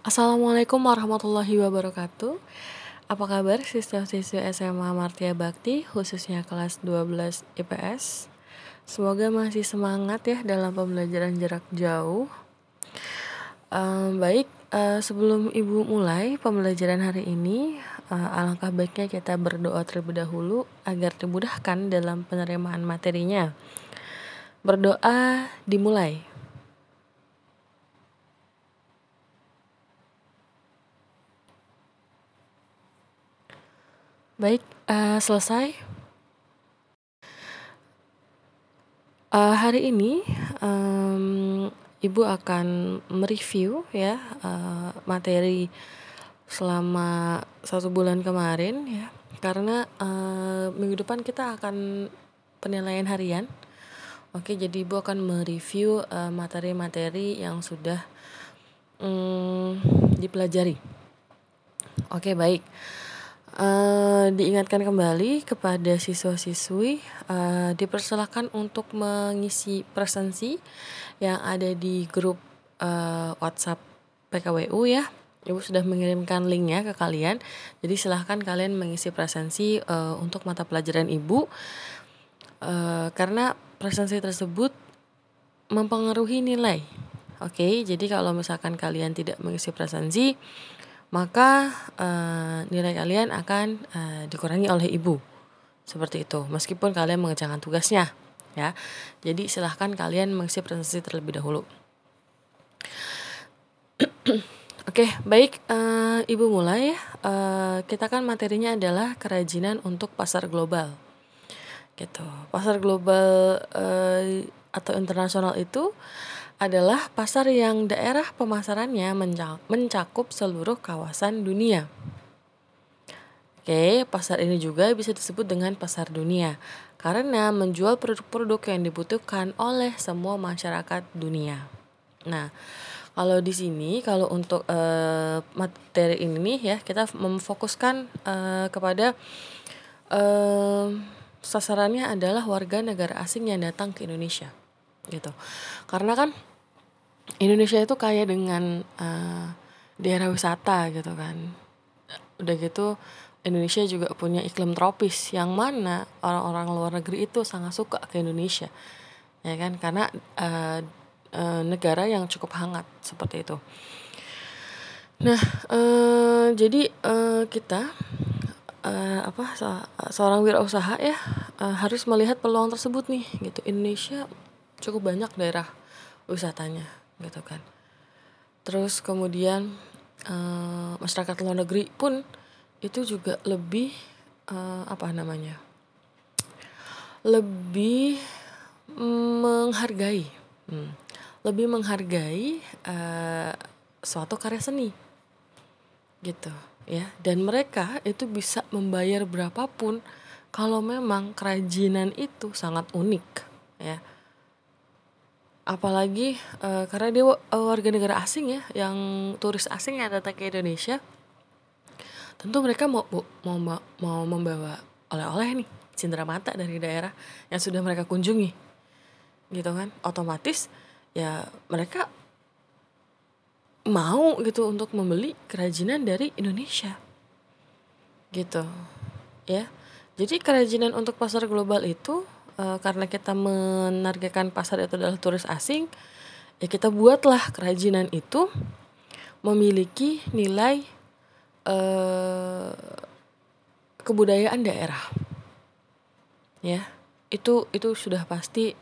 Assalamualaikum warahmatullahi wabarakatuh. Apa kabar siswa-siswi SMA Martia Bakti khususnya kelas 12 IPS? Semoga masih semangat ya dalam pembelajaran jarak jauh. Baik, sebelum Ibu mulai pembelajaran hari ini, alangkah baiknya kita berdoa terlebih dahulu agar dimudahkan dalam penerimaan materinya. Berdoa dimulai. Baik, selesai. Hari ini Ibu akan mereview ya materi selama 1 bulan kemarin ya, karena minggu depan kita akan penilaian harian. Oke, jadi Ibu akan mereview materi-materi yang sudah dipelajari. Oke, baik. Diingatkan kembali kepada siswa-siswi, dipersilakan untuk mengisi presensi yang ada di grup WhatsApp PKWU ya. Ibu sudah mengirimkan linknya ke kalian. Jadi silahkan kalian mengisi presensi untuk mata pelajaran Ibu, karena presensi tersebut mempengaruhi nilai. Oke, jadi kalau misalkan kalian tidak mengisi presensi, maka nilai kalian akan dikurangi oleh ibu. Seperti itu, meskipun kalian mengerjakan tugasnya ya. Jadi silahkan kalian mengisi presensi terlebih dahulu. Oke, baik, Ibu mulai ya. Kita kan materinya adalah kerajinan untuk pasar global gitu. Pasar global atau internasional itu adalah pasar yang daerah pemasarannya mencakup seluruh kawasan dunia. Oke, pasar ini juga bisa disebut dengan pasar dunia karena menjual produk-produk yang dibutuhkan oleh semua masyarakat dunia. Nah, kalau di sini, kalau untuk materi ini ya, kita memfokuskan kepada sasarannya adalah warga negara asing yang datang ke Indonesia, gitu. Karena kan Indonesia itu kaya dengan daerah wisata gitu kan. Udah gitu Indonesia juga punya iklim tropis yang mana orang-orang luar negeri itu sangat suka ke Indonesia. Ya kan, karena negara yang cukup hangat seperti itu. Nah, jadi kita seorang wirausaha ya harus melihat peluang tersebut nih gitu. Indonesia cukup banyak daerah wisatanya gitu kan. Terus kemudian masyarakat luar negeri pun itu juga lebih lebih menghargai suatu karya seni gitu ya, dan mereka itu bisa membayar berapapun kalau memang kerajinan itu sangat unik ya. Apalagi karena dia warga negara asing ya, yang turis asing yang datang ke Indonesia, tentu mereka mau membawa oleh-oleh nih, cindera mata dari daerah yang sudah mereka kunjungi gitu kan. Otomatis ya mereka mau gitu untuk membeli kerajinan dari Indonesia gitu ya. Jadi kerajinan untuk pasar global itu karena kita menargetkan pasar itu adalah turis asing, ya kita buatlah kerajinan itu memiliki nilai kebudayaan daerah ya. Itu sudah pasti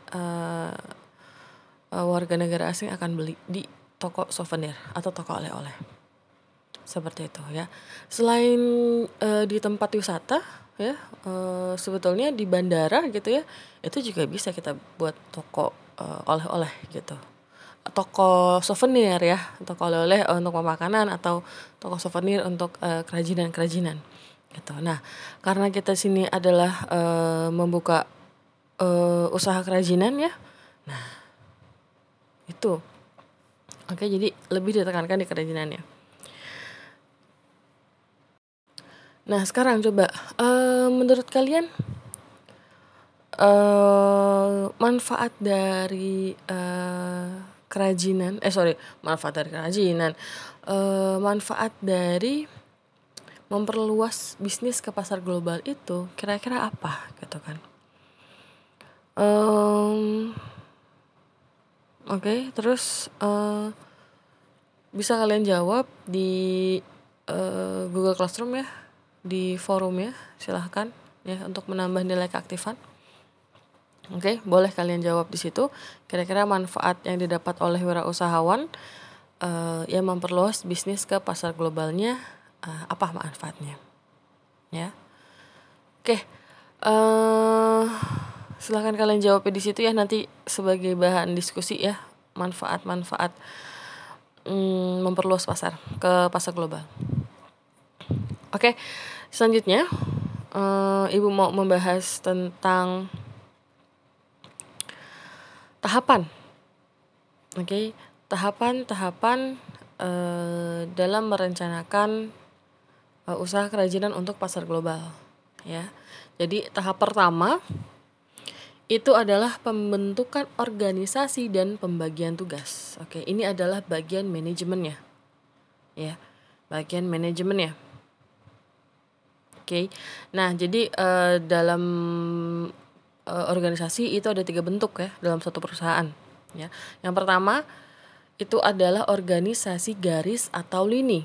warga negara asing akan beli di toko souvenir atau toko oleh-oleh seperti itu ya. Selain di tempat wisata ya, sebetulnya di bandara gitu ya, itu juga bisa kita buat toko oleh-oleh gitu, toko souvenir ya, toko oleh-oleh untuk makanan atau toko souvenir untuk kerajinan-kerajinan gitu. Nah, karena kita sini adalah membuka usaha kerajinan ya, nah itu oke, jadi lebih ditekankan di kerajinannya. Nah sekarang coba menurut kalian manfaat dari manfaat dari kerajinan, manfaat dari memperluas bisnis ke pasar global itu kira-kira apa gitu kan. Oke, terus bisa kalian jawab di Google Classroom ya, di forum ya, silahkan ya untuk menambah nilai keaktifan. Oke, boleh kalian jawab di situ. Kira-kira manfaat yang didapat oleh wirausahawan yang memperluas bisnis ke pasar globalnya apa manfaatnya? Ya, oke. Silahkan kalian jawab di situ ya, nanti sebagai bahan diskusi ya, manfaat-manfaat memperluas pasar ke pasar global. Oke, selanjutnya Ibu mau membahas tentang tahapan. Oke, tahapan-tahapan dalam merencanakan usaha kerajinan untuk pasar global ya. Jadi tahap pertama itu adalah pembentukan organisasi dan pembagian tugas. Oke, ini adalah bagian manajemennya. Ya, bagian manajemennya. Oke. Nah, jadi dalam organisasi itu ada 3 bentuk ya dalam suatu perusahaan. Ya, yang pertama itu adalah organisasi garis atau lini.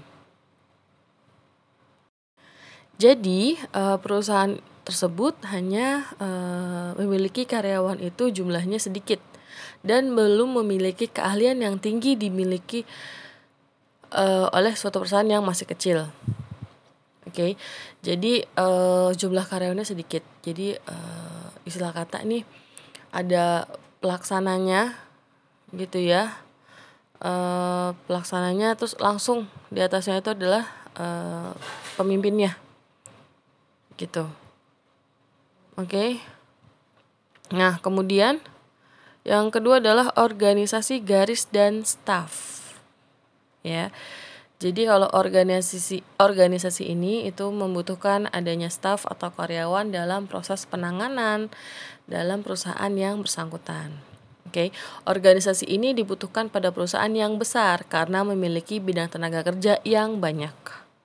Jadi perusahaan tersebut hanya memiliki karyawan itu jumlahnya sedikit dan belum memiliki keahlian yang tinggi dimiliki oleh suatu perusahaan yang masih kecil. Oke, jadi jumlah karyawannya sedikit. Jadi istilah kata nih ada pelaksananya gitu ya. Pelaksananya terus langsung di atasnya itu adalah pemimpinnya gitu. Oke. Nah, kemudian yang kedua adalah organisasi garis dan staf. Ya. Jadi kalau organisasi ini itu membutuhkan adanya staf atau karyawan dalam proses penanganan dalam perusahaan yang bersangkutan. Oke. Organisasi ini dibutuhkan pada perusahaan yang besar karena memiliki bidang tenaga kerja yang banyak.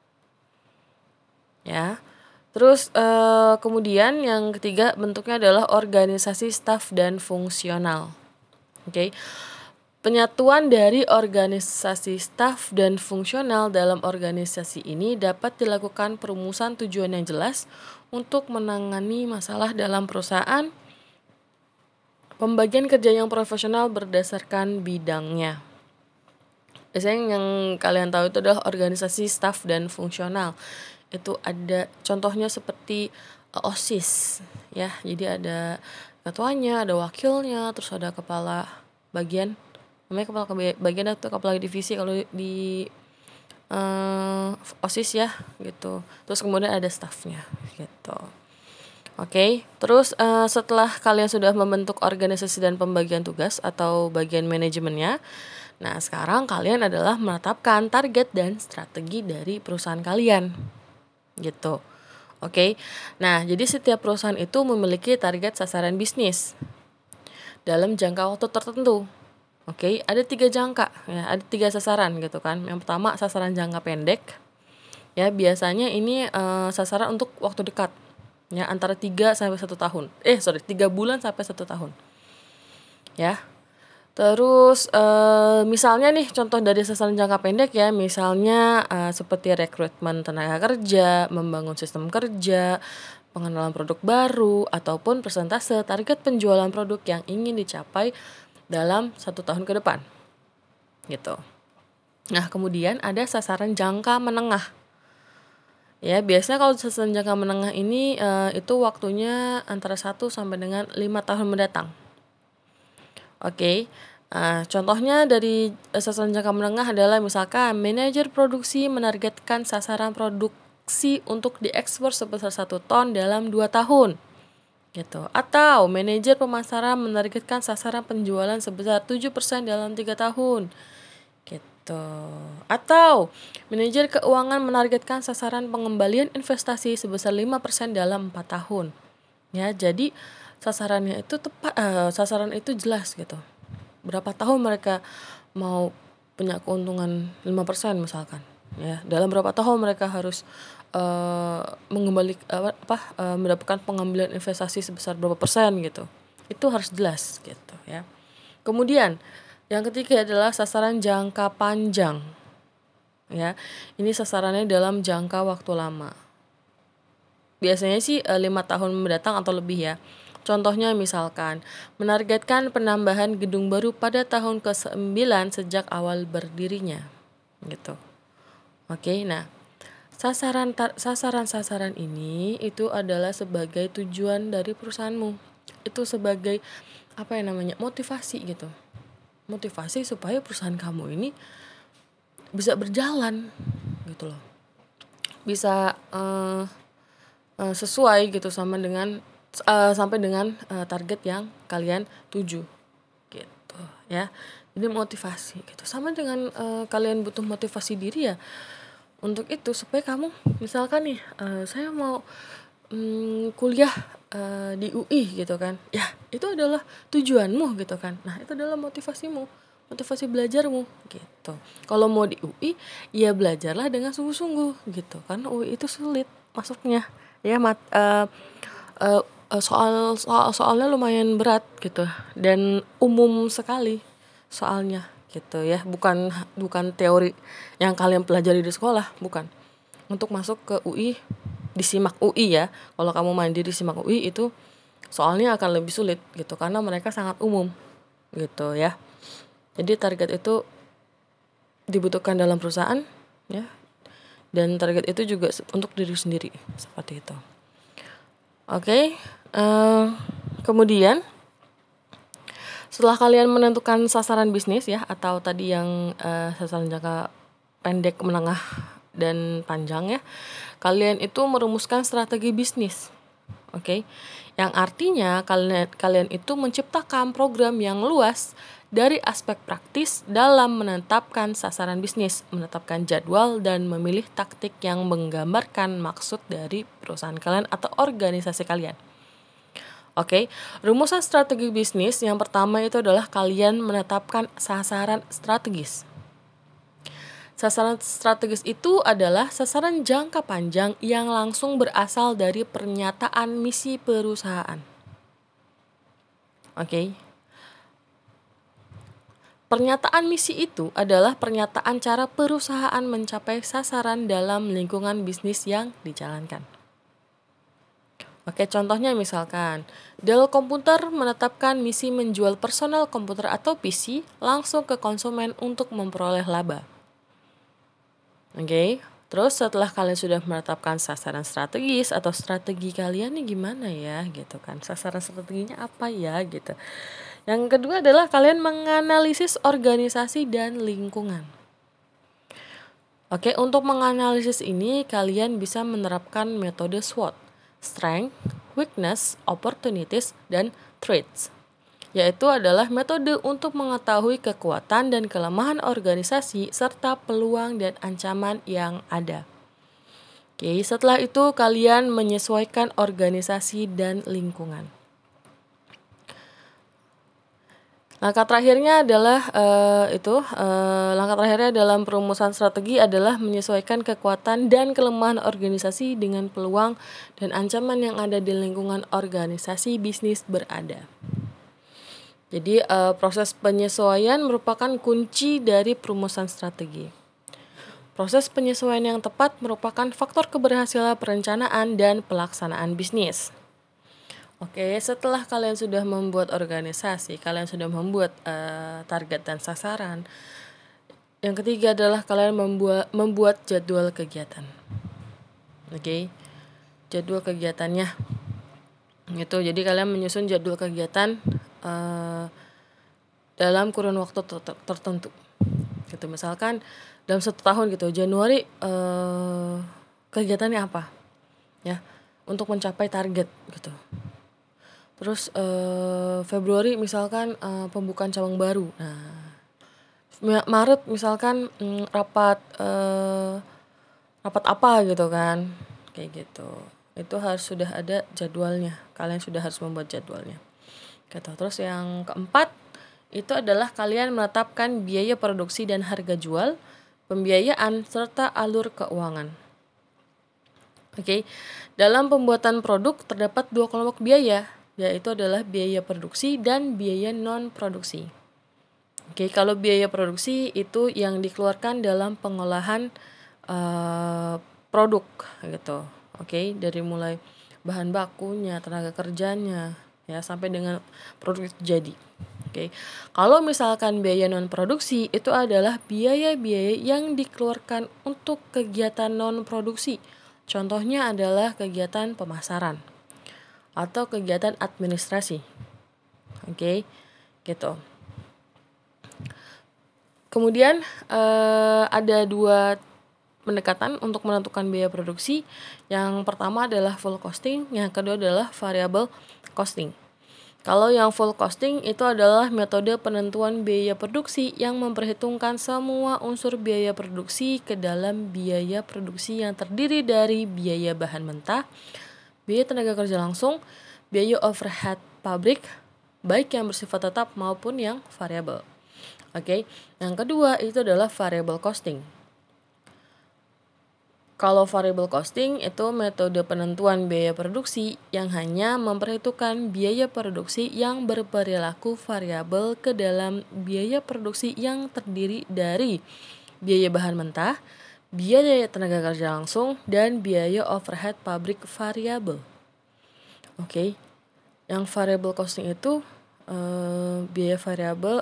Ya. Terus kemudian yang ketiga bentuknya adalah organisasi staf dan fungsional. Oke. Penyatuan dari organisasi staf dan fungsional dalam organisasi ini dapat dilakukan perumusan tujuan yang jelas untuk menangani masalah dalam perusahaan. Pembagian kerja yang profesional berdasarkan bidangnya. Biasanya yang kalian tahu itu adalah organisasi staf dan fungsional. Itu ada contohnya seperti OSIS ya. Jadi ada ketuanya, ada wakilnya, terus ada kepala bagian, namanya kepala bagian atau kepala divisi kalau di OSIS ya gitu. Terus kemudian ada stafnya gitu. Oke, terus setelah kalian sudah membentuk organisasi dan pembagian tugas atau bagian manajemennya, nah sekarang kalian adalah menetapkan target dan strategi dari perusahaan kalian. Gitu. Oke. Nah, jadi setiap perusahaan itu memiliki target sasaran bisnis dalam jangka waktu tertentu. Oke, ada 3 jangka ya, ada 3 sasaran gitu kan. Yang pertama sasaran jangka pendek. Ya, biasanya ini sasaran untuk waktu dekat. Ya, antara 3 sampai 1 tahun. 3 bulan sampai 1 tahun. Ya. Terus misalnya nih contoh dari sasaran jangka pendek ya, misalnya seperti rekrutmen tenaga kerja, membangun sistem kerja, pengenalan produk baru, ataupun persentase target penjualan produk yang ingin dicapai dalam 1 tahun ke depan. Gitu. Nah, kemudian ada sasaran jangka menengah. Ya, biasanya kalau sasaran jangka menengah ini itu waktunya antara 1 sampai dengan 5 tahun mendatang. Oke, contohnya dari sasaran jangka menengah adalah misalkan manajer produksi menargetkan sasaran produksi untuk diekspor sebesar 1 ton dalam 2 tahun. Gitu. Atau manajer pemasaran menargetkan sasaran penjualan sebesar 7% dalam 3 tahun. Gitu. Atau manajer keuangan menargetkan sasaran pengembalian investasi sebesar 5% dalam 4 tahun. Ya, jadi sasarannya itu tepat, sasaran itu jelas gitu. berapa tahun mereka mau punya keuntungan 5% misalkan, ya. Dalam berapa tahun mereka harus mendapatkan pengambilan investasi sebesar berapa persen gitu. Itu harus jelas gitu ya. Kemudian yang ketiga adalah sasaran jangka panjang. Ya, ini sasarannya dalam jangka waktu lama. Biasanya sih 5 tahun mendatang atau lebih ya. Contohnya misalkan menargetkan penambahan gedung baru pada tahun ke-9 sejak awal berdirinya gitu. Oke, nah sasaran ini itu adalah sebagai tujuan dari perusahaanmu. Itu sebagai motivasi gitu. Motivasi supaya perusahaan kamu ini bisa berjalan gitu loh. Bisa sesuai gitu sampai dengan target yang kalian tuju gitu ya. Jadi motivasi gitu. Sama dengan kalian butuh motivasi diri ya. Untuk itu supaya kamu misalkan nih saya mau kuliah di UI gitu kan. Ya, itu adalah tujuanmu gitu kan. Nah, itu adalah motivasimu, motivasi belajarmu gitu. Kalau mau di UI, ya belajarlah dengan sungguh-sungguh gitu. Karena UI itu sulit masuknya. Ya, soalnya lumayan berat gitu dan umum sekali soalnya gitu ya. Bukan teori yang kalian pelajari di sekolah, bukan. Untuk masuk ke UI disimak UI ya. Kalau kamu mandiri simak UI itu soalnya akan lebih sulit gitu karena mereka sangat umum gitu ya. Jadi target itu dibutuhkan dalam perusahaan ya. Dan target itu juga untuk diri sendiri seperti itu. Oke, kemudian setelah kalian menentukan sasaran bisnis ya atau tadi yang sasaran jangka pendek, menengah dan panjang ya, kalian itu merumuskan strategi bisnis. Oke. Yang artinya kalian itu menciptakan program yang luas dari aspek praktis dalam menetapkan sasaran bisnis, menetapkan jadwal dan memilih taktik yang menggambarkan maksud dari perusahaan kalian atau organisasi kalian. Oke, rumusan strategi bisnis yang pertama itu adalah kalian menetapkan sasaran strategis. Sasaran strategis itu adalah sasaran jangka panjang yang langsung berasal dari pernyataan misi perusahaan. Oke. Pernyataan misi itu adalah pernyataan cara perusahaan mencapai sasaran dalam lingkungan bisnis yang dijalankan. Oke, contohnya misalkan Dell Computer menetapkan misi menjual personal komputer atau PC langsung ke konsumen untuk memperoleh laba. Oke, terus setelah kalian sudah menetapkan sasaran strategis atau strategi kalian nih gimana ya gitu kan. Sasaran strateginya apa ya gitu. Yang kedua adalah kalian menganalisis organisasi dan lingkungan. Oke, untuk menganalisis ini kalian bisa menerapkan metode SWOT, Strength, Weakness, Opportunities, dan Threats. Yaitu adalah metode untuk mengetahui kekuatan dan kelemahan organisasi serta peluang dan ancaman yang ada. Oke, setelah itu kalian menyesuaikan organisasi dan lingkungan. Langkah terakhirnya adalah langkah terakhirnya dalam perumusan strategi adalah menyesuaikan kekuatan dan kelemahan organisasi dengan peluang dan ancaman yang ada di lingkungan organisasi bisnis berada. Jadi proses penyesuaian merupakan kunci dari perumusan strategi. Proses penyesuaian yang tepat merupakan faktor keberhasilan perencanaan dan pelaksanaan bisnis. Oke, setelah kalian sudah membuat organisasi, kalian sudah membuat target dan sasaran. Yang ketiga adalah kalian membuat jadwal kegiatan. Oke, jadwal kegiatannya. Gitu, jadi kalian menyusun jadwal kegiatan dalam kurun waktu tertentu. Gitu, misalkan dalam 1 tahun gitu, Januari kegiatannya apa? Ya, untuk mencapai target gitu. Terus Februari misalkan pembukaan cabang baru. Nah, Maret misalkan rapat apa gitu kan. Kayak gitu. Itu harus sudah ada jadwalnya. Kalian sudah harus membuat jadwalnya. Gitu. Terus yang keempat itu adalah kalian menetapkan biaya produksi dan harga jual, pembiayaan, serta alur keuangan. Oke, dalam pembuatan produk terdapat dua kelompok biaya, yaitu adalah biaya produksi dan biaya non-produksi. Oke, kalau biaya produksi itu yang dikeluarkan dalam pengolahan produk gitu. Oke, dari mulai bahan bakunya, tenaga kerjanya, ya sampai dengan produk itu jadi. Oke. Kalau misalkan biaya non produksi itu adalah biaya-biaya yang dikeluarkan untuk kegiatan non produksi. Contohnya adalah kegiatan pemasaran atau kegiatan administrasi. Oke, gitu. Kemudian ada dua pendekatan untuk menentukan biaya produksi. Yang pertama adalah full costing, yang kedua adalah variable costing. Kalau yang full costing itu adalah metode penentuan biaya produksi yang memperhitungkan semua unsur biaya produksi ke dalam biaya produksi yang terdiri dari biaya bahan mentah, biaya tenaga kerja langsung, biaya overhead pabrik, baik yang bersifat tetap maupun yang variabel. Oke, yang kedua itu adalah variable costing. Kalau variable costing itu metode penentuan biaya produksi yang hanya memperhitungkan biaya produksi yang berperilaku variabel ke dalam biaya produksi yang terdiri dari biaya bahan mentah, biaya tenaga kerja langsung, dan biaya overhead pabrik variabel. Oke, yang variable costing itu biaya variabel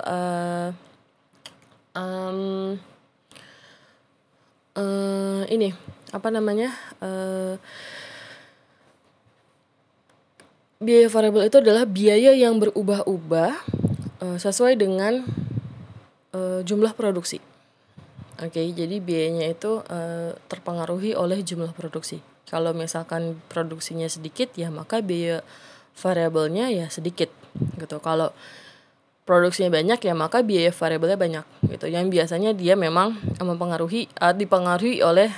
ini apa namanya biaya variabel itu adalah biaya yang berubah-ubah sesuai dengan jumlah produksi. Oke, jadi biayanya itu terpengaruhi oleh jumlah produksi. Kalau misalkan produksinya sedikit ya maka biaya variabelnya ya sedikit gitu. Kalau produksinya banyak ya maka biaya variabelnya banyak gitu. Yang biasanya dia memang dipengaruhi oleh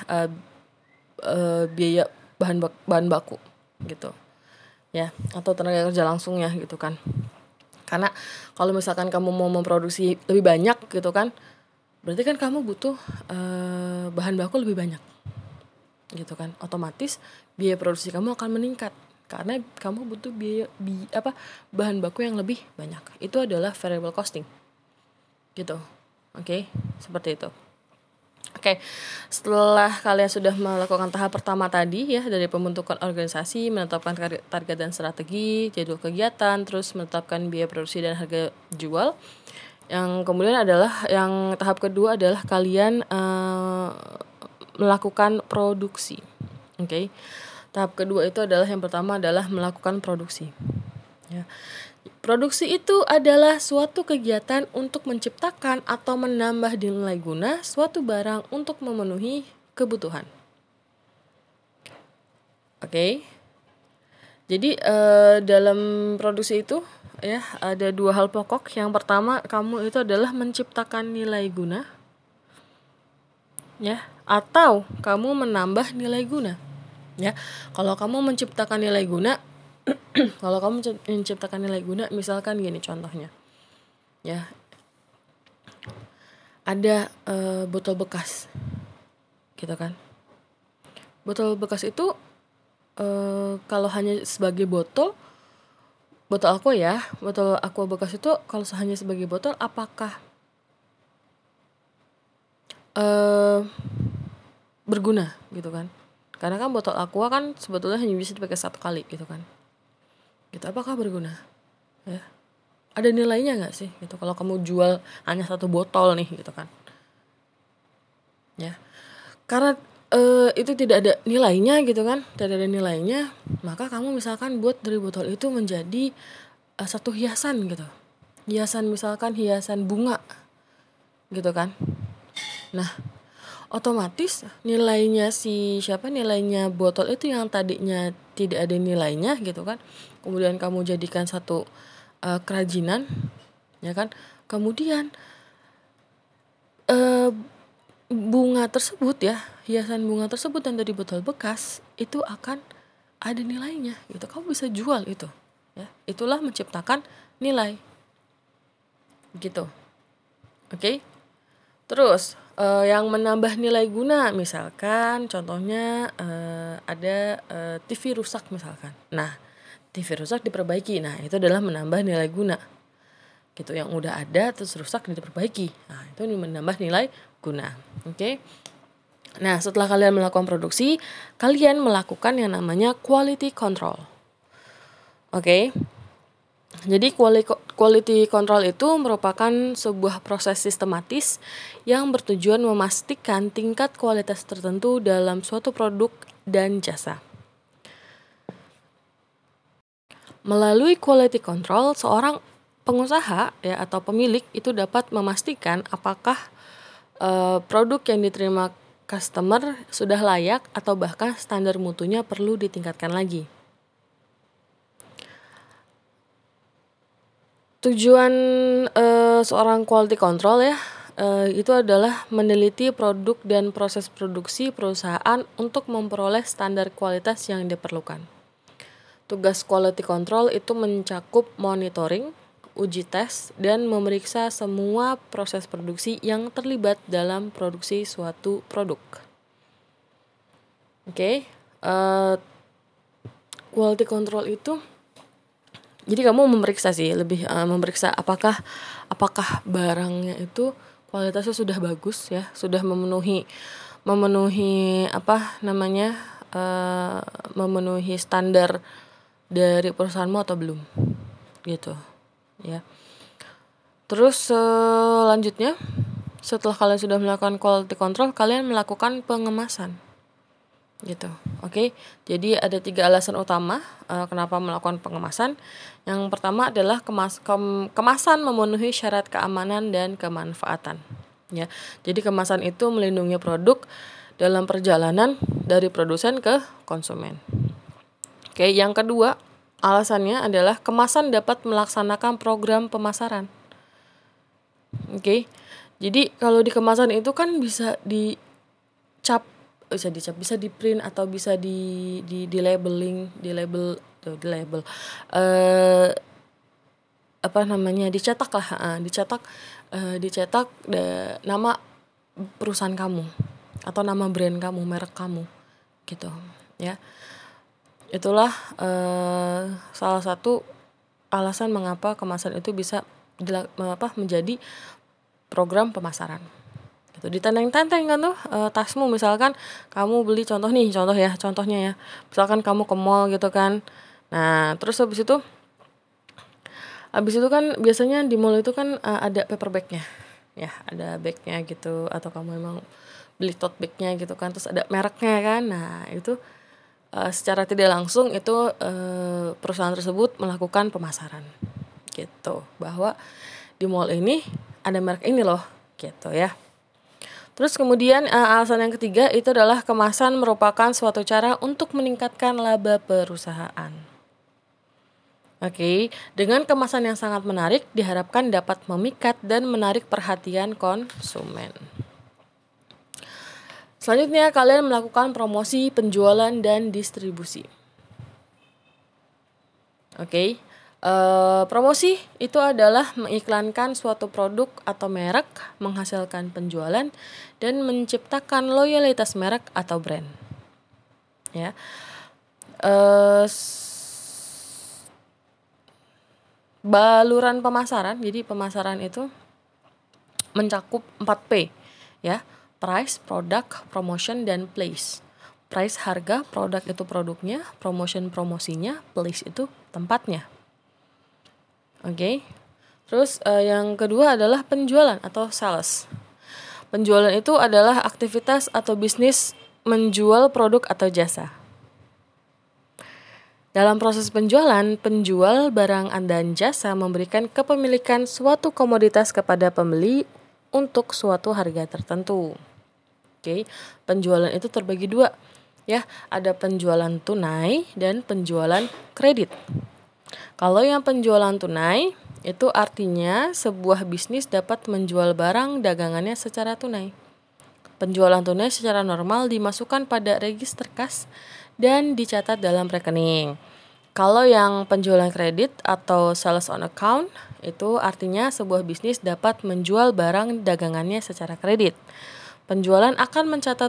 biaya bahan baku gitu ya, atau tenaga kerja langsungnya gitu kan. Karena kalau misalkan kamu mau memproduksi lebih banyak gitu kan, berarti kan kamu butuh bahan baku lebih banyak gitu kan, otomatis biaya produksi kamu akan meningkat karena kamu butuh bahan baku yang lebih banyak. Itu adalah variable costing gitu. Oke, seperti itu. Oke, setelah kalian sudah melakukan tahap pertama tadi ya, dari pembentukan organisasi, menetapkan target dan strategi, jadwal kegiatan, terus menetapkan biaya produksi dan harga jual. Yang kemudian adalah yang tahap kedua adalah kalian melakukan produksi. Oke. Tahap kedua itu adalah yang pertama adalah melakukan produksi. Ya. Produksi itu adalah suatu kegiatan untuk menciptakan atau menambah nilai guna suatu barang untuk memenuhi kebutuhan. Oke. Jadi dalam produksi itu ya ada dua hal pokok. Yang pertama, kamu itu adalah menciptakan nilai guna, ya, atau kamu menambah nilai guna. Ya, kalau kamu menciptakan nilai guna kalau kamu menciptakan nilai guna, misalkan gini contohnya, ya, ada botol bekas, gitu kan. Botol bekas itu kalau hanya sebagai botol aqua bekas itu kalau hanya sebagai botol, apakah berguna, gitu kan? Karena kan botol aqua kan sebetulnya hanya bisa dipakai satu kali, gitu kan. Gitu, apakah berguna? Ya, ada nilainya nggak sih gitu kalau kamu jual hanya satu botol nih gitu kan ya, karena itu tidak ada nilainya gitu kan, tidak ada nilainya, maka kamu misalkan buat dari botol itu menjadi satu hiasan gitu, misalkan hiasan bunga gitu kan. Nah, otomatis nilainya nilainya botol itu yang tadinya tidak ada nilainya gitu kan, kemudian kamu jadikan satu kerajinan ya kan, kemudian bunga tersebut ya, hiasan bunga tersebut yang dari botol bekas itu akan ada nilainya gitu, kamu bisa jual itu ya, itulah menciptakan nilai gitu. Oke. Terus yang menambah nilai guna, misalkan contohnya ada TV rusak misalkan. Nah, TV rusak diperbaiki. Nah, itu adalah menambah nilai guna. Gitu, yang udah ada terus rusak diperbaiki. Nah, itu menambah nilai guna. Oke. Nah, setelah kalian melakukan produksi, kalian melakukan yang namanya quality control. Oke. Jadi quality control itu merupakan sebuah proses sistematis yang bertujuan memastikan tingkat kualitas tertentu dalam suatu produk dan jasa. Melalui quality control, seorang pengusaha ya atau pemilik itu dapat memastikan apakah produk yang diterima customer sudah layak atau bahkan standar mutunya perlu ditingkatkan lagi. Tujuan seorang quality control ya itu adalah meneliti produk dan proses produksi perusahaan untuk memperoleh standar kualitas yang diperlukan. Tugas quality control itu mencakup monitoring, uji tes, dan memeriksa semua proses produksi yang terlibat dalam produksi suatu produk. Oke, quality control itu jadi kamu memeriksa sih, lebih memeriksa apakah barangnya itu kualitasnya sudah bagus ya, sudah memenuhi memenuhi standar dari perusahaanmu atau belum, gitu ya. Terus selanjutnya setelah kalian sudah melakukan quality control, kalian melakukan pengemasan. Gitu. Oke. Jadi ada 3 alasan utama kenapa melakukan pengemasan. Yang pertama adalah kemasan memenuhi syarat keamanan dan kemanfaatan. Ya. Jadi kemasan itu melindungi produk dalam perjalanan dari produsen ke konsumen. Oke, yang kedua, alasannya adalah kemasan dapat melaksanakan program pemasaran. Oke. Jadi kalau di kemasan itu kan bisa dicap, bisa di print atau bisa di labeling, dicetak lah, dicetak nama perusahaan kamu atau nama brand kamu, merek kamu, gitu ya. Itulah salah satu alasan mengapa kemasan itu bisa menjadi program pemasaran. Gitu. Ditenteng-tenteng kan tuh tasmu, misalkan kamu beli contohnya ya. Misalkan kamu ke mall gitu kan. Nah, terus habis itu kan biasanya di mall itu kan ada paper bagnya. Ya, ada bagnya gitu, atau kamu emang beli tote bagnya gitu kan, terus ada mereknya kan. Nah, itu secara tidak langsung itu perusahaan tersebut melakukan pemasaran gitu, bahwa di mall ini ada merek ini loh, gitu ya. Terus kemudian alasan yang ketiga itu adalah kemasan merupakan suatu cara untuk meningkatkan laba perusahaan. Oke, dengan kemasan yang sangat menarik diharapkan dapat memikat dan menarik perhatian konsumen. Selanjutnya kalian melakukan promosi, penjualan, dan distribusi. Oke. Promosi itu adalah mengiklankan suatu produk atau merek, menghasilkan penjualan, dan menciptakan loyalitas merek atau brand. Ya. Baluran pemasaran. Jadi pemasaran itu mencakup 4P ya. Price, product, promotion, dan place. Price harga, produk itu produknya, promotion promosinya, place itu tempatnya. Oke. Terus yang kedua adalah penjualan atau sales. Penjualan itu adalah aktivitas atau bisnis menjual produk atau jasa. Dalam proses penjualan, penjual barang dan jasa memberikan kepemilikan suatu komoditas kepada pembeli untuk suatu harga tertentu. Oke. Penjualan itu terbagi 2. Ya, ada penjualan tunai dan penjualan kredit. Kalau yang penjualan tunai, itu artinya sebuah bisnis dapat menjual barang dagangannya secara tunai. Penjualan tunai secara normal dimasukkan pada register kas dan dicatat dalam rekening. Kalau yang penjualan kredit atau sales on account itu artinya sebuah bisnis dapat menjual barang dagangannya secara kredit. Penjual akan mencatat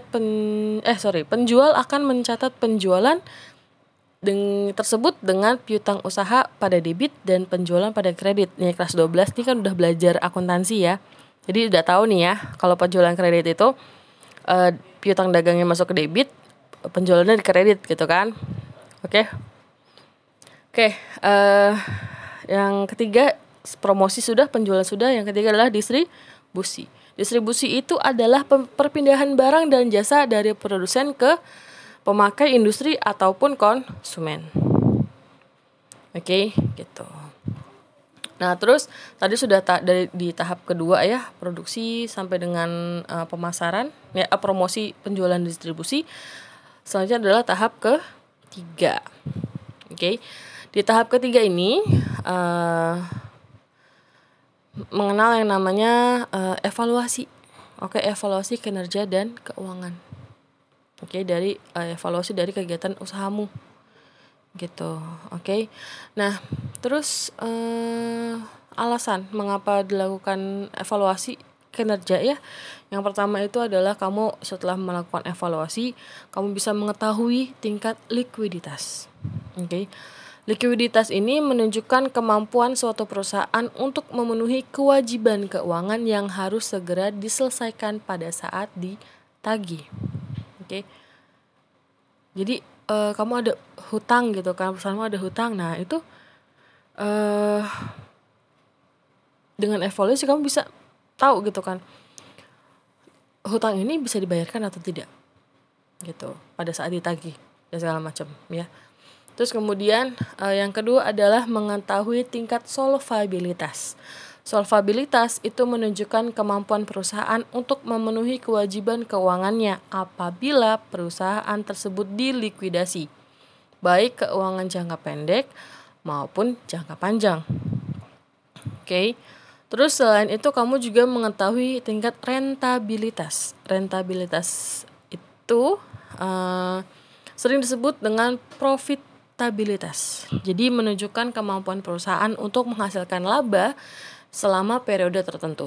penjualan tersebut dengan piutang usaha pada debit dan penjualan pada kredit. Nih kelas 12 nih kan udah belajar akuntansi ya. Jadi udah tahu nih ya, kalau penjualan kredit itu piutang dagangnya masuk ke debit, penjualannya di kredit gitu kan. Oke. Yang ketiga promosi sudah, penjualan sudah. Yang ketiga adalah distribusi. Distribusi itu adalah perpindahan barang dan jasa dari produsen ke pemakai industri ataupun konsumen. Oke, gitu. Nah, terus tadi sudah di tahap kedua ya, produksi sampai dengan pemasaran, ya promosi, penjualan, distribusi. Selanjutnya adalah tahap ketiga. Oke. Di tahap ketiga ini mengenal yang namanya evaluasi. Oke, evaluasi kinerja dan keuangan. Oke, dari evaluasi dari kegiatan usahamu. Gitu. Oke. Nah, terus alasan mengapa dilakukan evaluasi kinerja ya. Yang pertama itu adalah kamu setelah melakukan evaluasi, kamu bisa mengetahui tingkat likuiditas. Oke. Likuiditas ini menunjukkan kemampuan suatu perusahaan untuk memenuhi kewajiban keuangan yang harus segera diselesaikan pada saat ditagih. Oke. Jadi kamu ada hutang gitu kan, perusahaanmu ada hutang. Nah, itu dengan evaluasi kamu bisa tahu gitu kan, hutang ini bisa dibayarkan atau tidak gitu pada saat ditagih dan segala macam ya. Terus kemudian yang kedua adalah mengetahui tingkat solvabilitas. Solvabilitas itu menunjukkan kemampuan perusahaan untuk memenuhi kewajiban keuangannya apabila perusahaan tersebut dilikuidasi, baik keuangan jangka pendek maupun jangka panjang. Oke. Terus selain itu kamu juga mengetahui tingkat rentabilitas. Rentabilitas itu sering disebut dengan profitabilitas. Jadi menunjukkan kemampuan perusahaan untuk menghasilkan laba selama periode tertentu.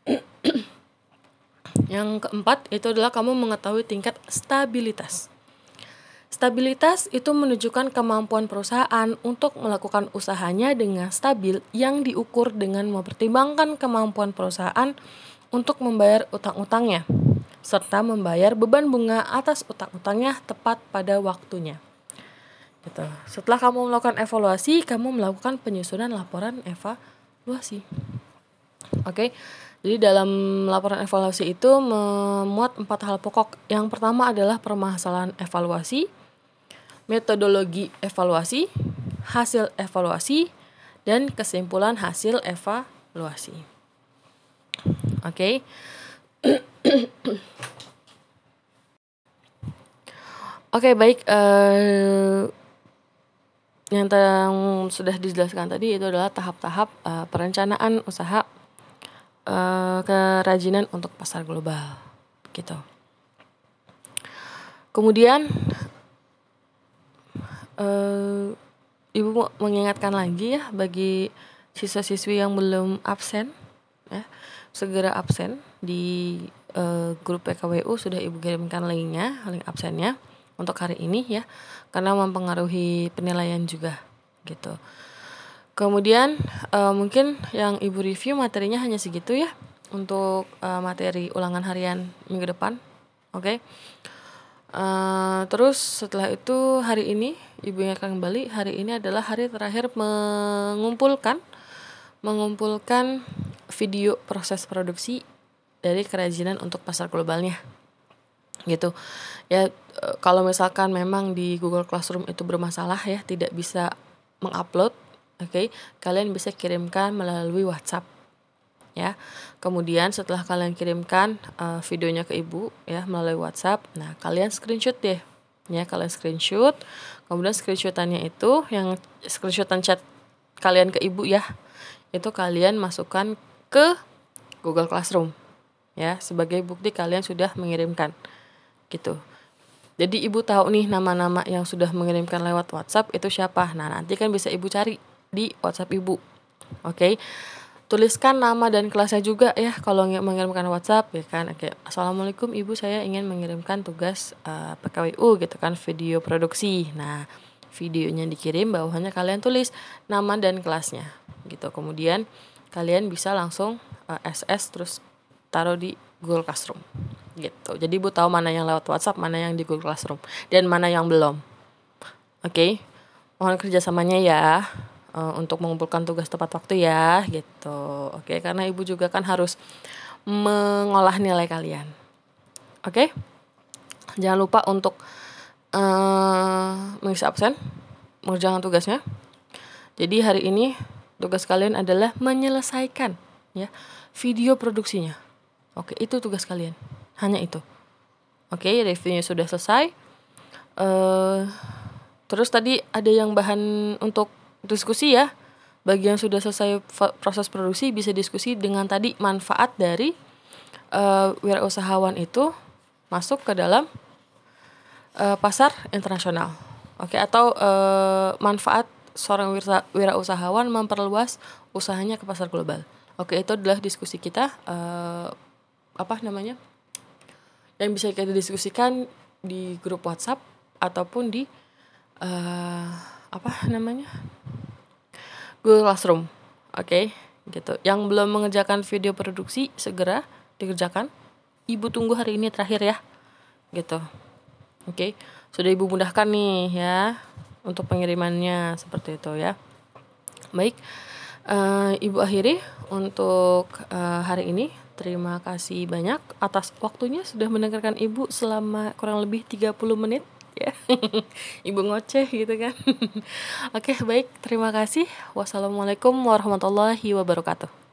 Yang keempat itu adalah kamu mengetahui tingkat stabilitas. Stabilitas itu menunjukkan kemampuan perusahaan untuk melakukan usahanya dengan stabil yang diukur dengan mempertimbangkan kemampuan perusahaan untuk membayar utang-utangnya serta membayar beban bunga atas utang-utangnya tepat pada waktunya. Gitu. Setelah kamu melakukan evaluasi, kamu melakukan penyusunan laporan evaluasi. Oke. Jadi dalam laporan evaluasi itu memuat 4 hal pokok. Yang pertama adalah permasalahan evaluasi, metodologi evaluasi, hasil evaluasi, dan kesimpulan hasil evaluasi. Oke. Oke, baik. Yang sudah dijelaskan tadi itu adalah tahap-tahap perencanaan usaha kerajinan untuk pasar global, gitu. Kemudian Ibu mengingatkan lagi ya bagi siswa-siswi yang belum absen ya, segera absen di grup PKWU sudah Ibu kirimkan link absennya untuk hari ini ya, karena mempengaruhi penilaian juga gitu. Kemudian mungkin yang Ibu review materinya hanya segitu ya untuk materi ulangan harian minggu depan. Oke. Terus setelah itu hari ini Ibu ingatkan kembali, hari ini adalah hari terakhir mengumpulkan video proses produksi dari kerajinan untuk pasar globalnya gitu ya. Kalau misalkan memang di Google Classroom itu bermasalah ya, tidak bisa mengupload, oke, kalian bisa kirimkan melalui WhatsApp ya. Kemudian setelah kalian kirimkan videonya ke Ibu ya melalui WhatsApp, nah kalian screenshot deh ya, kalian screenshot. Kemudian screenshotannya itu, yang screenshotan chat kalian ke Ibu ya, itu kalian masukkan ke Google Classroom ya sebagai bukti kalian sudah mengirimkan gitu. Jadi Ibu tahu nih nama-nama yang sudah mengirimkan lewat WhatsApp itu siapa. Nah, nanti kan bisa Ibu cari di WhatsApp Ibu. Oke. Tuliskan nama dan kelasnya juga ya kalau mengirimkan WhatsApp ya kan. Oke. Assalamualaikum Ibu, saya ingin mengirimkan tugas PKWU gitu kan, video produksi. Nah, videonya dikirim, bawahannya kalian tulis nama dan kelasnya gitu. Kemudian kalian bisa langsung SS terus taruh di Google Classroom gitu. Jadi Ibu tahu mana yang lewat WhatsApp, mana yang di Google Classroom, dan mana yang belum. Oke. Mohon kerjasamanya ya untuk mengumpulkan tugas tepat waktu ya gitu. Oke, karena Ibu juga kan harus mengolah nilai kalian. Oke. Jangan lupa untuk mengisi absen, mengerjakan tugasnya. Jadi hari ini tugas kalian adalah menyelesaikan ya video produksinya. Oke, itu tugas kalian. Hanya itu. Oke, reviewnya sudah selesai. Terus tadi ada yang bahan untuk diskusi ya. Bagi yang sudah selesai proses produksi bisa diskusi dengan tadi manfaat dari wirausahawan itu masuk ke dalam pasar internasional. Oke, atau manfaat seorang wirausahawan memperluas usahanya ke pasar global. Oke, itu adalah diskusi kita yang bisa kita diskusikan di grup WhatsApp ataupun di Google Classroom. Oke, gitu. Yang belum mengerjakan video produksi segera dikerjakan. Ibu tunggu hari ini terakhir ya. Gitu. Oke, sudah Ibu mudahkan nih ya untuk pengirimannya seperti itu ya. Baik, Ibu akhiri untuk hari ini. Terima kasih banyak atas waktunya sudah mendengarkan Ibu selama kurang lebih 30 menit ya. Ibu ngoceh gitu kan. Oke, baik, terima kasih. Wassalamualaikum warahmatullahi wabarakatuh.